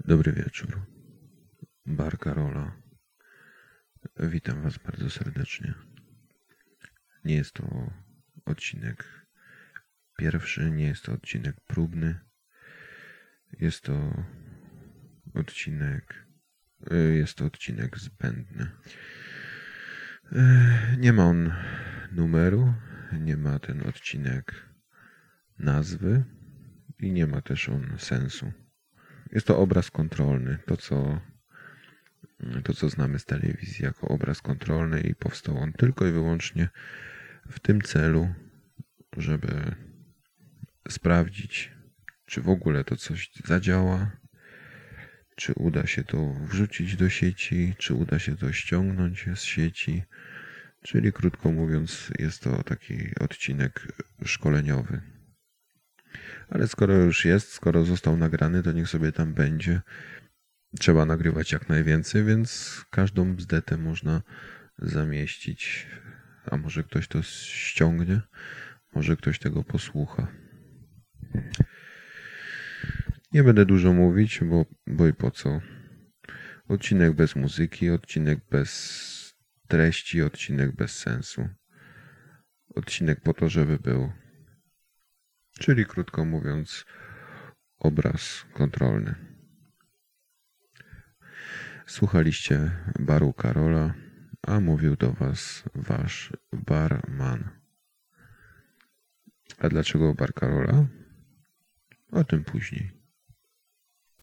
Dobry wieczór. Bar Karola. Witam Was bardzo serdecznie. Nie jest to odcinek pierwszy, nie jest to odcinek próbny. Jest to odcinek zbędny. Nie ma on numeru, nie ma ten odcinek nazwy i nie ma też on sensu. Jest to obraz kontrolny, to co znamy z telewizji jako obraz kontrolny i powstał on tylko i wyłącznie w tym celu, żeby sprawdzić, czy w ogóle to coś zadziała, czy uda się to wrzucić do sieci, czy uda się to ściągnąć z sieci. Czyli krótko mówiąc, jest to taki odcinek szkoleniowy. Ale skoro został nagrany, to niech sobie tam będzie. Trzeba nagrywać jak najwięcej, więc każdą bzdetę można zamieścić. A może ktoś to ściągnie? Może ktoś tego posłucha? Nie będę dużo mówić, bo i po co? Odcinek bez muzyki, odcinek bez treści, odcinek bez sensu. Odcinek po to, żeby był. Czyli krótko mówiąc, obraz kontrolny. Słuchaliście baru Karola, a mówił do Was Wasz barman. A dlaczego bar Karola? O tym później.